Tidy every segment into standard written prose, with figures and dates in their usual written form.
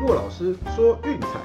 骆老师说运彩。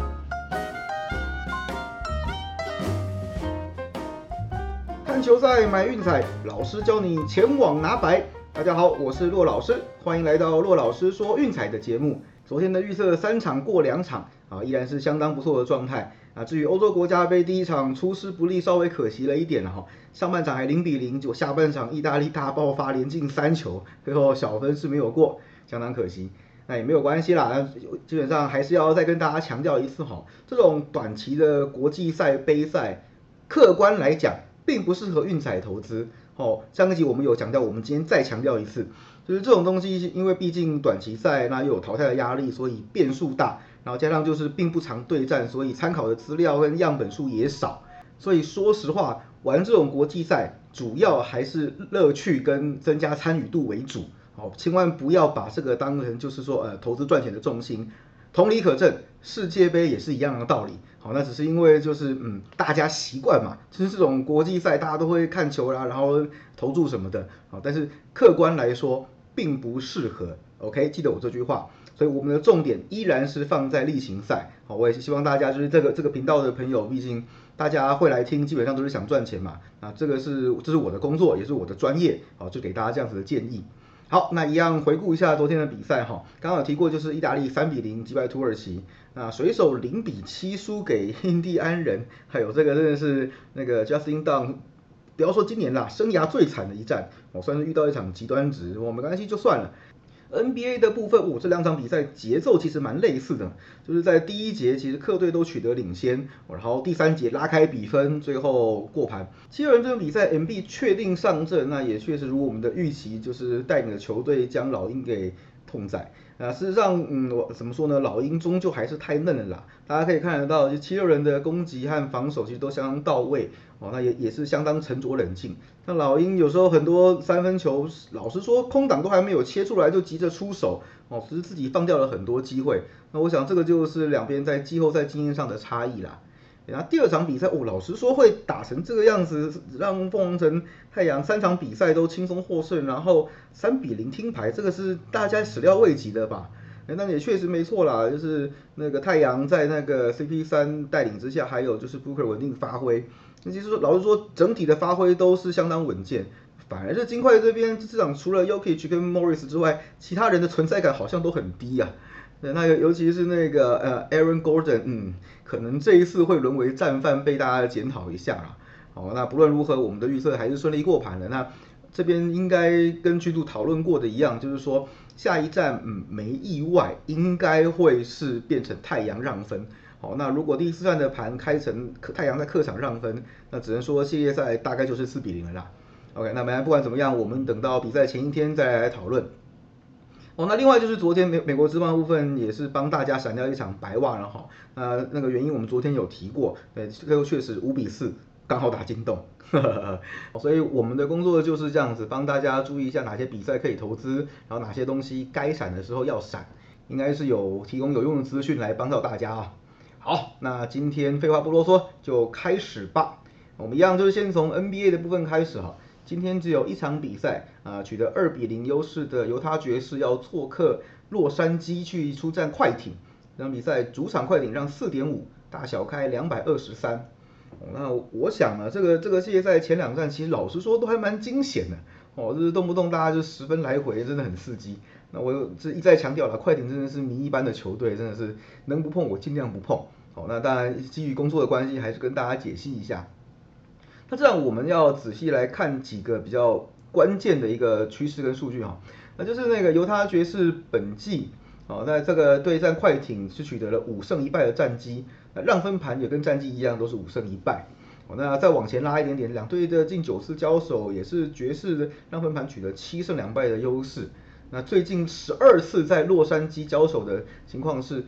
看球赛买运彩，老师教你前往拿白。大家好，我是骆老师，欢迎来到骆老师说运彩的节目。昨天的预测3场过2场依然是相当不错的状态至于欧洲国家杯第一场出师不利，稍微可惜了一点上半场还0-0，就下半场意大利大爆发，连进3球，最后小分是没有过，相当可惜。那也没有关系啦，基本上还是要再跟大家强调一次这种短期的国际赛、杯赛，客观来讲并不适合运彩投资。上个集我们有强调，我们今天再强调一次，就是这种东西，因为毕竟短期赛那又有淘汰的压力，所以变数大，然后加上就是并不常对战，所以参考的资料跟样本数也少，所以说实话，玩这种国际赛主要还是乐趣跟增加参与度为主。千万不要把这个当成就是说投资赚钱的重心。同理可证，世界杯也是一样的道理。那只是因为就是大家习惯嘛，就是这种国际赛大家都会看球啦，然后投注什么的，但是客观来说并不适合。OK， 记得我这句话。所以我们的重点依然是放在例行赛。我也是希望大家就是这个频道的朋友，毕竟大家会来听，基本上都是想赚钱嘛。这是我的工作，也是我的专业，就给大家这样子的建议。好，那一样回顾一下昨天的比赛刚刚有提过，就是意大利3-0击败土耳其，那水手0-7输给印第安人，还有这个真的是那个 Justin Dunn， 不要说今年啦，生涯最惨的一战，算是遇到一场极端值，没关系就算了。NBA 的部分，这2场比赛节奏其实蛮类似的，就是在第一节其实客队都取得领先，然后第3节拉开比分，最后过盘。7人这场比赛 MB 确定上阵，那也确实如我们的预期，就是带领的球队将老鹰给痛宰。事实上，我怎么说呢？老鹰终究还是太嫩了啦。大家可以看得到，七六人的攻击和防守其实都相当到位，那也是相当沉着冷静。那老鹰有时候很多3分球，老实说空档都还没有切出来就急着出手，只是自己放掉了很多机会。那我想这个就是两边在季后赛经验上的差异啦。然后第2场比赛，老实说会打成这个样子，让凤凰城太阳3场比赛都轻松获胜，然后3-0听牌，这个是大家始料未及的吧？那也确实没错啦，就是那个太阳在那个 CP3 带领之下，还有就是 Booker 稳定发挥，那其实老实说整体的发挥都是相当稳健。反而是金块这边这场除了 Jokic 跟 Morris 之外，其他人的存在感好像都很低啊。那尤其是那个Aaron Gordon，可能这一次会沦为战犯，被大家检讨一下啦。那不论如何，我们的预测还是顺利过盘了。那这边应该跟剧组讨论过的一样，就是说下一站没意外应该会是变成太阳让分。那如果第4站的盘开成太阳在客场让分，那只能说系列赛大概就是4-0了啦。OK， 那不管怎么样，我们等到比赛前一天再来讨论。那另外就是昨天美国职棒部分也是帮大家闪掉一场白袜了那个原因我们昨天有提过，对，这个确实5-4，刚好打进洞。所以我们的工作就是这样子，帮大家注意一下哪些比赛可以投资，然后哪些东西该闪的时候要闪，应该是有提供有用的资讯来帮到大家啊。好，那今天废话不啰嗦，就开始吧。我们一样就是先从 NBA 的部分开始今天只有1场比赛取得2-0优势的犹他爵士要做客洛杉矶去出战快艇。这场比赛主场快艇让4.5，大小开223。那我想这个系列赛前2战其实老实说都还蛮惊险的就是动不动大家就10分来回，真的很刺激。那我这一再强调了，快艇真的是谜一般的球队，真的是能不碰我尽量不碰。那当然基于工作的关系，还是跟大家解析一下。那这样我们要仔细来看几个比较关键的一个趋势跟数据那就是那个犹他爵士本季在这个对战快艇是取得了5胜1败的战绩，那让分盘也跟战绩一样都是5胜1败。那再往前拉一点点，两队的近9次交手也是爵士的让分盘取得7胜2败的优势。那最近12次在洛杉矶交手的情况是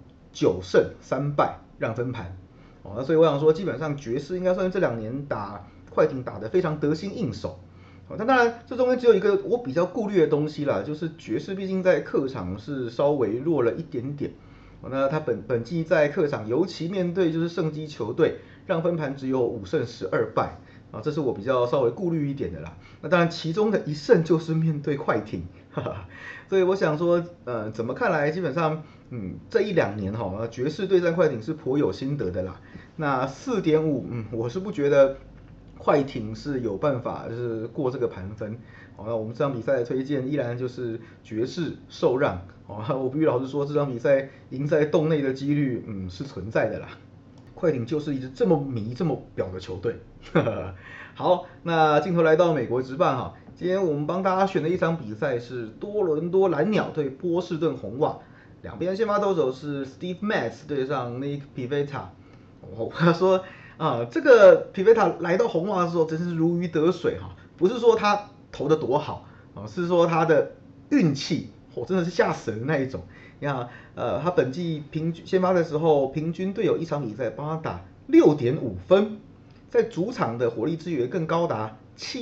9胜3败让分盘。那所以我想说，基本上爵士应该算是这2年打快艇打得非常得心应手。那当然，这中间只有一个我比较顾虑的东西啦，就是爵士毕竟在客场是稍微弱了一点点。那他本季在客场，尤其面对就是胜基球队，让分盘只有5胜12败这是我比较稍微顾虑一点的啦。那当然，其中的1胜就是面对快艇所以我想说，怎么看来，基本上，这一两年哈，爵士对战快艇是颇有心得的啦。那4.5，我是不觉得快艇是有办法就是过这个盘分。那我们这场比赛的推荐依然就是爵士受让。我必须老实说，这场比赛赢在洞内的几率，是存在的啦。快艇就是一支这么迷、这么表的球队。好，那镜头来到美国职棒哈，今天我们帮大家选的一场比赛是多伦多蓝鸟对波士顿红袜，两边先发投手是 Steve Matz 对上 Nick Pivetta。我要说这个 Pivetta 来到红袜的时候真是如鱼得水哈，不是说他投的多好是说他的运气真的是吓死人的那一种。你看他本季平均先发的时候，平均队友一场比赛帮他打6.5分，在主场的火力支援更高达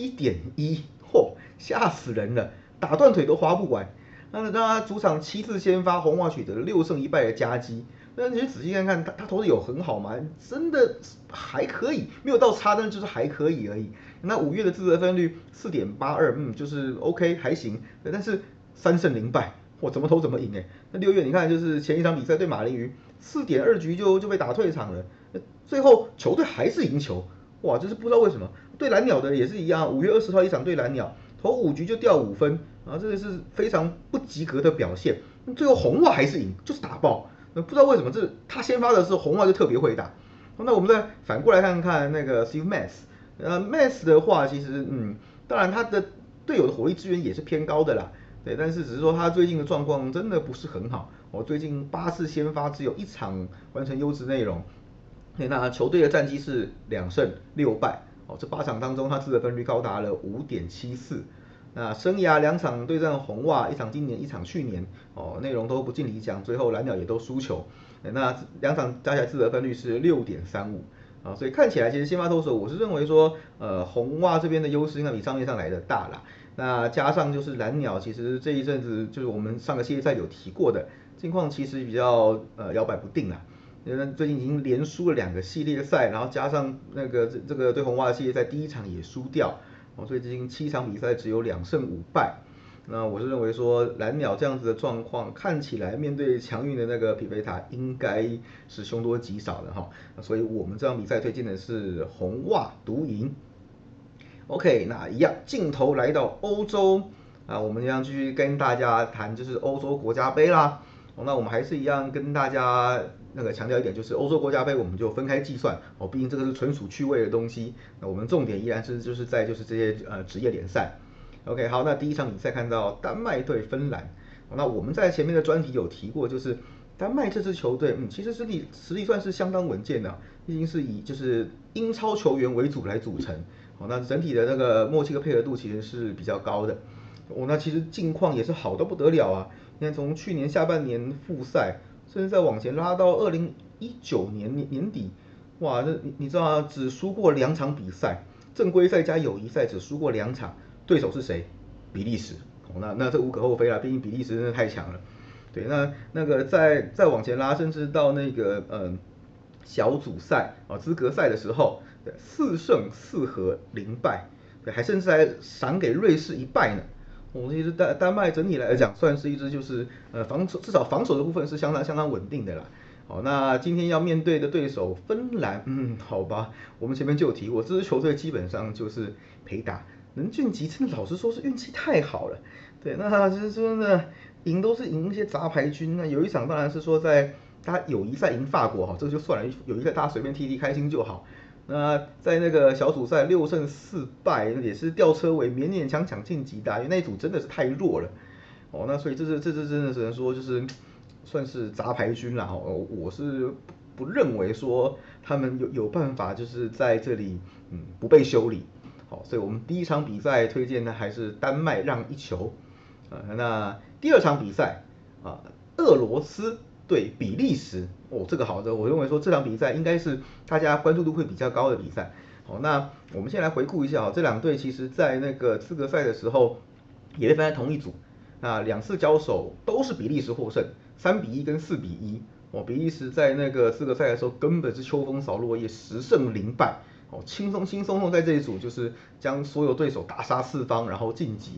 7.1，吓死人了，打断腿都划不完。那让他主场7次先发，红袜取得了6胜1败的佳绩。那你仔细看看，他投的有很好吗？真的还可以，没有到差，但是就是还可以而已。那5月的自责分率4.82，就是 OK 还行，但是3胜0败。怎么投怎么赢那6月你看，就是前一场比赛对马林鱼，4.2局就被打退场了，最后球队还是赢球，就是不知道为什么。对蓝鸟的也是一样，5月20号一场对蓝鸟，投5局就掉5分这个是非常不及格的表现。最后红袜还是赢，就是打爆，不知道为什么，这他先发的时候红袜就特别会打。那我们再反过来看看那个 Steve Matz，Matz 的话，其实当然他的队友的火力支援也是偏高的啦。对，但是只是说他最近的状况真的不是很好。最近8次先发只有1场完成优质内容。那球队的战绩是2胜6败。这8场当中他自责分率高达了5.74。那生涯2场对战红袜，一场今年，一场去年，内容都不尽理想，最后蓝鸟也都输球。那2场加起来自责分率是6.35。所以看起来其实先发投手，我是认为说，红袜这边的优势应该比账面上来的大啦。那加上就是蓝鸟，其实这一阵子就是我们上个系列赛有提过的近况，其实比较摇摆不定啦。因为最近已经连输了2个系列赛，然后加上那个这个对红袜的系列赛第一场也输掉，所以最近7场比赛只有2胜5败。那我是认为说蓝鸟这样子的状况，看起来面对强运的那个匹菲塔应该是凶多吉少的哈。所以我们这场比赛推荐的是红袜独赢。OK， 那一样镜头来到欧洲我们一样继续跟大家谈就是欧洲国家杯啦。那我们还是一样跟大家强调一点，就是欧洲国家杯我们就分开计算毕竟这个是纯属趣味的东西。那我们重点依然是就是在就是这些职业联赛。OK， 好，那第一场比赛看到丹麦对芬兰。那我们在前面的专题有提过，就是丹麦这支球队其实实力算是相当稳健的，毕竟是以就是英超球员为主来组成。那整体的那个默契和配合度其实是比较高的。那其实近况也是好到不得了啊！你看从去年下半年复赛，甚至再往前拉到2019年年底，这你知道啊，只输过2场比赛，正规赛加友谊赛只输过2场，对手是谁？比利时。那这无可厚非啦，毕竟比利时真的太强了。对，那个再往前拉，甚至到那个小组赛资格赛的时候，4胜4和0败，还甚至还赏给瑞士1败呢。其实丹麦整体来讲算是一支就是至少防守的部分是相当稳定的啦。那今天要面对的对手芬兰，好吧，我们前面就有提过，这支球队基本上就是陪打，能晋级真的老实说是运气太好了。对，那其实说呢，赢都是赢一些杂牌军。那有一场当然是说在他友谊赛赢法国这个就算了，友谊赛大家随便踢开心就好。那在那个小组赛6胜4败，也是吊车尾，勉勉强强晋级的，因为那一组真的是太弱了。那所以这支真的只能说就是算是杂牌军啦。我是不认为说他们有办法就是在这里不被修理。所以我们第一场比赛推荐呢还是丹麦让1球。那第2场比赛俄罗斯对比利时，这个好的，我认为说这场比赛应该是大家关注度会比较高的比赛。那我们先来回顾一下这2队其实在那个资格赛的时候也被分在同一组。那2次交手都是比利时获胜，3-1跟4-1。比利时在那个资格赛的时候根本是秋风扫落叶，10胜0败。轻松在这一组就是将所有对手大杀四方，然后晋级。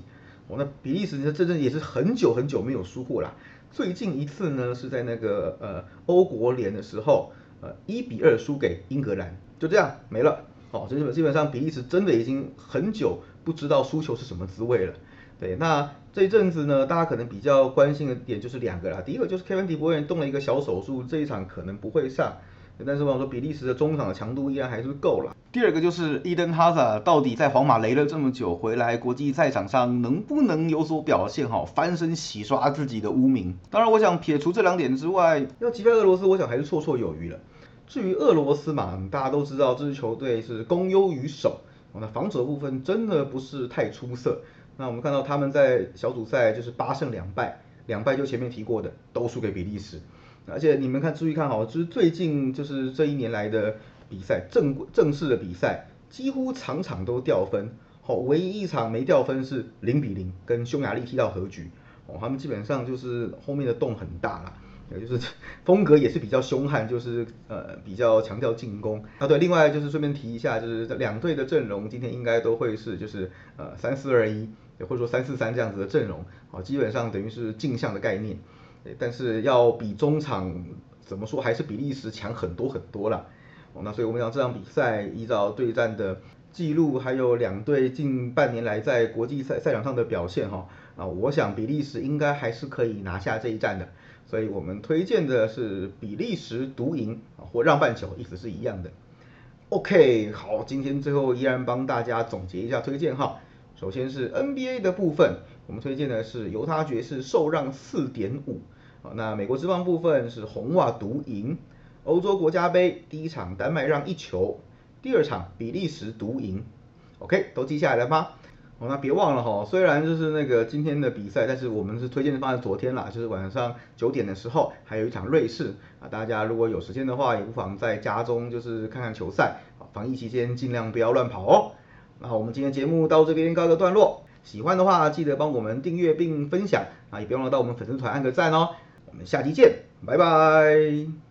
那比利时呢，这也是很久很久没有输过啦。最近一次呢是在那个欧国联的时候，1-2输给英格兰，就这样没了。基本上比利时真的已经很久不知道输球是什么滋味了。对，那这一阵子呢，大家可能比较关心的点就是2个啦。第一个就是 Kevin De Bruyne 动了一个小手术，这一场可能不会上。但是我想说，比利时的中场的强度依然还是够了。第二个就是伊登哈萨到底在皇马雷了这么久，回来国际赛场上能不能有所表现，翻身洗刷自己的污名？当然，我想撇除这2点之外，要击败俄罗斯，我想还是绰绰有余了。至于俄罗斯嘛，大家都知道这支球队是攻优于守，那防守部分真的不是太出色。那我们看到他们在小组赛就是8胜2败，2败就前面提过的都输给比利时。而且你们注意看就是最近就是这1年来的比赛，正式的比赛几乎场场都掉分，唯一一场没掉分是0-0跟匈牙利踢到和局，他们基本上就是后面的洞很大啦，就是风格也是比较凶悍，就是比较强调进攻。对，另外就是顺便提一下，就是2队的阵容今天应该都会是就是3-4-2-1，或者说3-4-3这样子的阵容，基本上等于是镜像的概念。但是要比中场怎么说，还是比利时强很多很多啦。那所以我们讲这场比赛依照对战的记录，还有2队近半年来在国际赛场上的表现我想比利时应该还是可以拿下这一战的。所以我们推荐的是比利时独赢或让半球，意思是一样的。OK， 好，今天最后依然帮大家总结一下推荐首先是 NBA 的部分，我们推荐的是犹他爵士受让4.5。那美国职棒部分是红袜独赢。欧洲国家杯第一场丹麦让1球，第2场比利时独赢。OK， 都记下来了吗？那别忘了虽然就是那个今天的比赛，但是我们是推荐放在昨天啦，就是晚上9点的时候还有一场瑞士大家如果有时间的话，也不妨在家中就是看看球赛，防疫期间尽量不要乱跑那我们今天节目到这边告一个段落，喜欢的话记得帮我们订阅并分享也别忘了到我们粉丝团按个赞我们下期见，拜拜。